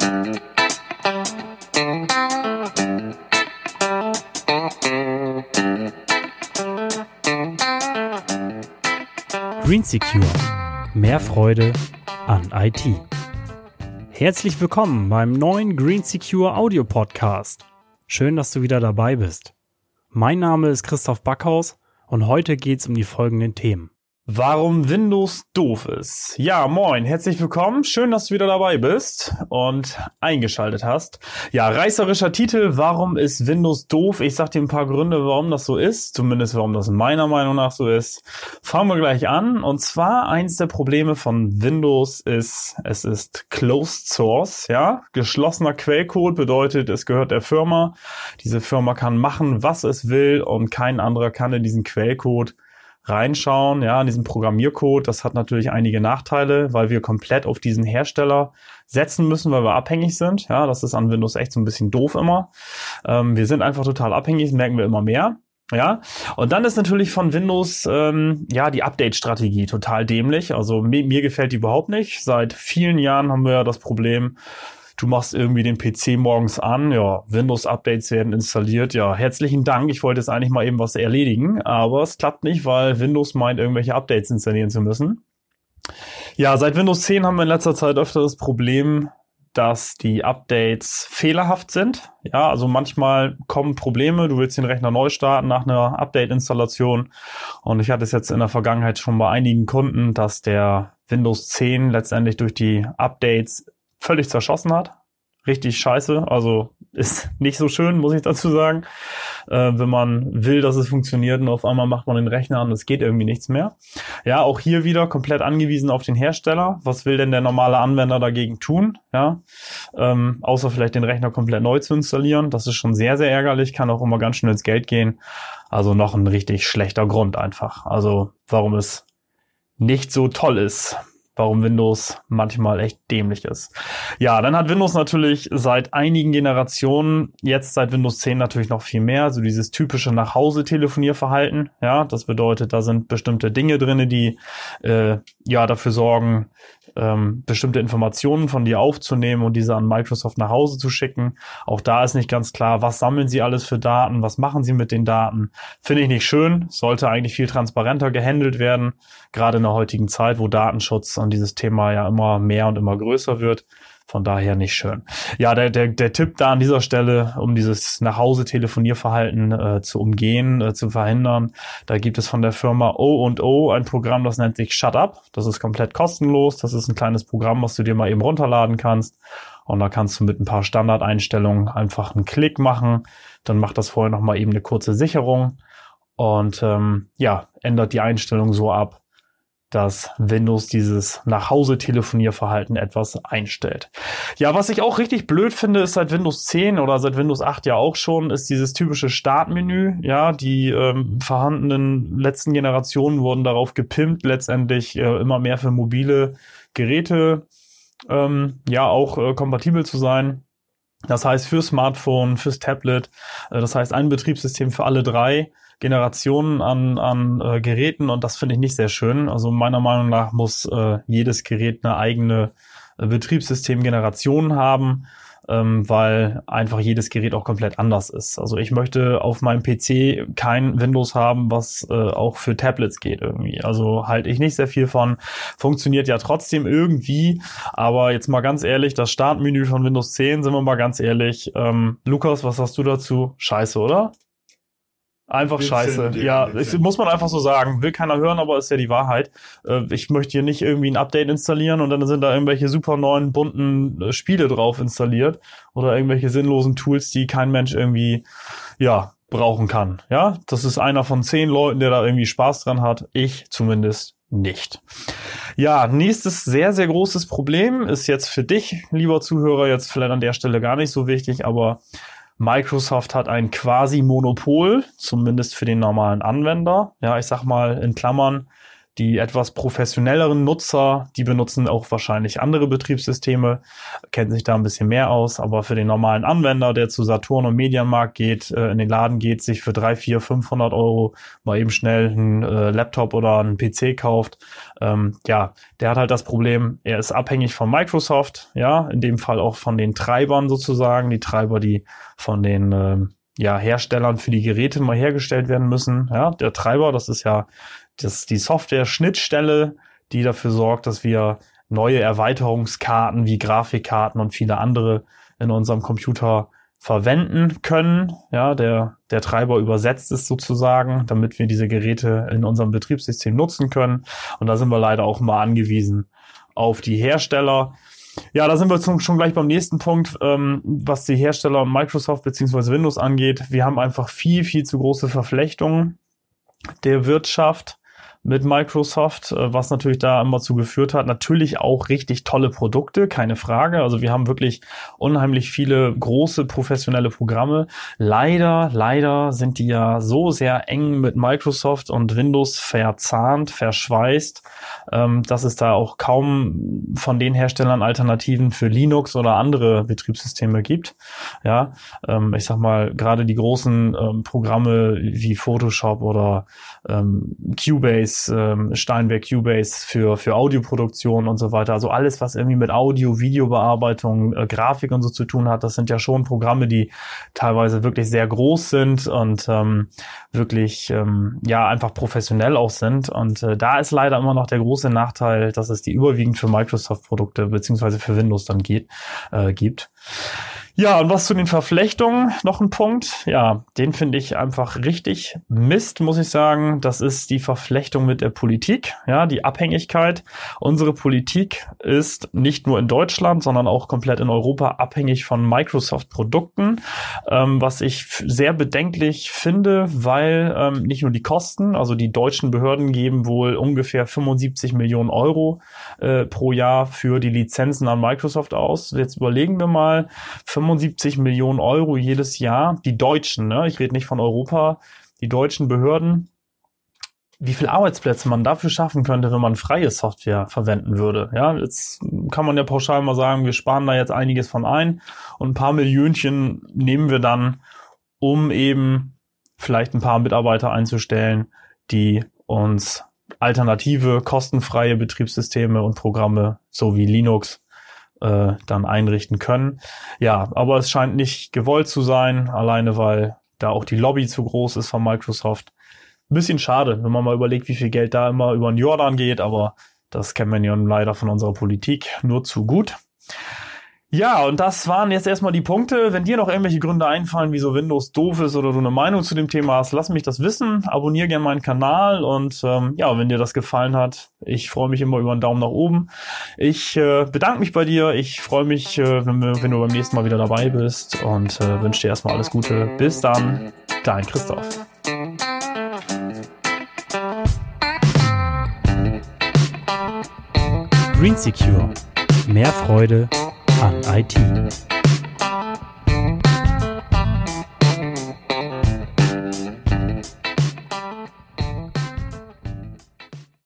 GreenSecure. Mehr Freude an IT. Herzlich willkommen beim neuen GreenSecure Audio Podcast. Schön, dass du wieder dabei bist. Mein Name ist Christoph Backhaus und heute geht's um die folgenden Themen. Warum Windows doof ist. Ja, moin, herzlich willkommen. Schön, dass du wieder dabei bist und eingeschaltet hast. Ja, reißerischer Titel, warum ist Windows doof? Ich sag dir ein paar Gründe, warum das so ist. Zumindest, warum das meiner Meinung nach so ist. Fangen wir gleich an. Und zwar, eins der Probleme von Windows ist, es ist Closed Source, ja. Geschlossener Quellcode bedeutet, es gehört der Firma. Diese Firma kann machen, was es will und kein anderer kann in diesen Quellcode reinschauen, ja, in diesen Programmiercode. Das hat natürlich einige Nachteile, weil wir komplett auf diesen Hersteller setzen müssen, weil wir abhängig sind. Ja, das ist an Windows echt so ein bisschen doof immer. Wir sind einfach total abhängig, das merken wir immer mehr. Ja, und dann ist natürlich von Windows die Update-Strategie total dämlich. Also mir gefällt die überhaupt nicht. Seit vielen Jahren haben wir ja das Problem, du machst irgendwie den PC morgens an, ja, Windows-Updates werden installiert, ja, herzlichen Dank, ich wollte jetzt eigentlich mal eben was erledigen, aber es klappt nicht, weil Windows meint, irgendwelche Updates installieren zu müssen. Ja, seit Windows 10 haben wir in letzter Zeit öfter das Problem, dass die Updates fehlerhaft sind. Ja, also manchmal kommen Probleme, du willst den Rechner neu starten nach einer Update-Installation und ich hatte es jetzt in der Vergangenheit schon bei einigen Kunden, dass der Windows 10 letztendlich durch die Updates völlig zerschossen hat. Richtig scheiße. Also ist nicht so schön, muss ich dazu sagen. Wenn man will, dass es funktioniert und auf einmal macht man den Rechner an, es geht irgendwie nichts mehr. Ja, auch hier wieder komplett angewiesen auf den Hersteller. Was will denn der normale Anwender dagegen tun? Ja, außer vielleicht den Rechner komplett neu zu installieren. Das ist schon sehr, sehr ärgerlich, kann auch immer ganz schnell ins Geld gehen. Also noch ein richtig schlechter Grund einfach. Also warum es nicht so toll ist. Warum Windows manchmal echt dämlich ist. Ja, dann hat Windows natürlich seit einigen Generationen, jetzt seit Windows 10 natürlich noch viel mehr, so dieses typische Nach-Hause-Telefonierverhalten. Ja, das bedeutet, da sind bestimmte Dinge drinne, die dafür sorgen, bestimmte Informationen von dir aufzunehmen und diese an Microsoft nach Hause zu schicken. Auch da ist nicht ganz klar, was sammeln sie alles für Daten, was machen sie mit den Daten. Finde ich nicht schön, sollte eigentlich viel transparenter gehandelt werden, gerade in der heutigen Zeit, wo Datenschutz und dieses Thema ja immer mehr und immer größer wird. Von daher nicht schön. Ja, der Tipp da an dieser Stelle, um dieses Nach-Hause-Telefonierverhalten zu umgehen, zu verhindern, da gibt es von der Firma O&O ein Programm, das nennt sich Shut Up. Das ist komplett kostenlos. Das ist ein kleines Programm, was du dir mal eben runterladen kannst. Und da kannst du mit ein paar Standardeinstellungen einfach einen Klick machen. Dann macht das vorher nochmal eben eine kurze Sicherung. Und ändert die Einstellung so ab, dass Windows dieses Nach-Hause-Telefonierverhalten etwas einstellt. Ja, was ich auch richtig blöd finde, ist seit Windows 10 oder seit Windows 8 ja auch schon, ist dieses typische Startmenü. Ja, die vorhandenen letzten Generationen wurden darauf gepimpt, letztendlich immer mehr für mobile Geräte kompatibel zu sein. Das heißt für Smartphone, fürs Tablet, das heißt ein Betriebssystem für alle drei Generationen an Geräten und das finde ich nicht sehr schön. Also meiner Meinung nach muss jedes Gerät eine eigene Betriebssystemgeneration haben, weil einfach jedes Gerät auch komplett anders ist. Also ich möchte auf meinem PC kein Windows haben, was auch für Tablets geht irgendwie. Also halte ich nicht sehr viel von. Funktioniert ja trotzdem irgendwie, aber jetzt mal ganz ehrlich, das Startmenü von Windows 10, sind wir mal ganz ehrlich. Lukas, was hast du dazu? Scheiße, oder? Einfach scheiße. Ja, muss man einfach so sagen. Will keiner hören, aber ist ja die Wahrheit. Ich möchte hier nicht irgendwie ein Update installieren und dann sind da irgendwelche super neuen, bunten Spiele drauf installiert oder irgendwelche sinnlosen Tools, die kein Mensch irgendwie, brauchen kann. Ja, das ist einer von 10 Leuten, der da irgendwie Spaß dran hat. Ich zumindest nicht. Ja, nächstes sehr, sehr großes Problem ist jetzt für dich, lieber Zuhörer, jetzt vielleicht an der Stelle gar nicht so wichtig, aber Microsoft hat ein Quasi-Monopol, zumindest für den normalen Anwender. Ja, ich sag mal in Klammern, Die etwas professionelleren Nutzer, die benutzen auch wahrscheinlich andere Betriebssysteme, kennen sich da ein bisschen mehr aus, aber für den normalen Anwender, der zu Saturn und Mediamarkt geht, in den Laden geht, sich für 300, 400, 500 Euro mal eben schnell einen Laptop oder einen PC kauft, der hat halt das Problem, er ist abhängig von Microsoft, ja, in dem Fall auch von den Treibern sozusagen, die Treiber, die von den Herstellern für die Geräte mal hergestellt werden müssen. Ja, der Treiber, das ist ja die Software-Schnittstelle, die dafür sorgt, dass wir neue Erweiterungskarten wie Grafikkarten und viele andere in unserem Computer verwenden können. Ja, der Treiber übersetzt es sozusagen, damit wir diese Geräte in unserem Betriebssystem nutzen können. Und da sind wir leider auch mal angewiesen auf die Hersteller. Ja, da sind wir schon gleich beim nächsten Punkt, was die Hersteller und Microsoft bzw. Windows angeht. Wir haben einfach viel, viel zu große Verflechtungen der Wirtschaft mit Microsoft, was natürlich da immer zu geführt hat. Natürlich auch richtig tolle Produkte, keine Frage. Also wir haben wirklich unheimlich viele große professionelle Programme. Leider sind die ja so sehr eng mit Microsoft und Windows verzahnt, verschweißt, dass es da auch kaum von den Herstellern Alternativen für Linux oder andere Betriebssysteme gibt. Ja, ich sag mal, gerade die großen Programme wie Photoshop oder Cubase, Steinberg Cubase für Audioproduktion und so weiter. Also alles, was irgendwie mit Audio, Videobearbeitung, Grafik und so zu tun hat, das sind ja schon Programme, die teilweise wirklich sehr groß sind und wirklich einfach professionell auch sind. Und da ist leider immer noch der große Nachteil, dass es die überwiegend für Microsoft-Produkte beziehungsweise für Windows dann gibt. Ja, und was zu den Verflechtungen, noch ein Punkt. Ja, den finde ich einfach richtig Mist, muss ich sagen. Das ist die Verflechtung mit der Politik, ja, die Abhängigkeit. Unsere Politik ist nicht nur in Deutschland, sondern auch komplett in Europa abhängig von Microsoft-Produkten, was ich sehr bedenklich finde, weil nicht nur die Kosten, also die deutschen Behörden geben wohl ungefähr 75 Millionen Euro pro Jahr für die Lizenzen an Microsoft aus. Jetzt überlegen wir mal, 75 Millionen Euro jedes Jahr, die Deutschen, ne? Ich rede nicht von Europa, die deutschen Behörden, wie viele Arbeitsplätze man dafür schaffen könnte, wenn man freie Software verwenden würde. Ja, jetzt kann man ja pauschal mal sagen, wir sparen da jetzt einiges von ein und ein paar Millionchen nehmen wir dann, um eben vielleicht ein paar Mitarbeiter einzustellen, die uns alternative, kostenfreie Betriebssysteme und Programme, so wie Linux, dann einrichten können. Ja, aber es scheint nicht gewollt zu sein, alleine weil da auch die Lobby zu groß ist von Microsoft. Ein bisschen schade, wenn man mal überlegt, wie viel Geld da immer über den Jordan geht, aber das kennen wir ja leider von unserer Politik nur zu gut. Ja, und das waren jetzt erstmal die Punkte. Wenn dir noch irgendwelche Gründe einfallen, wieso Windows doof ist oder du eine Meinung zu dem Thema hast, lass mich das wissen. Abonniere gerne meinen Kanal und wenn dir das gefallen hat, ich freue mich immer über einen Daumen nach oben. Ich bedanke mich bei dir. Ich freue mich, wenn du beim nächsten Mal wieder dabei bist und wünsche dir erstmal alles Gute. Bis dann, dein Christoph. Green Secure. Mehr Freude an IT.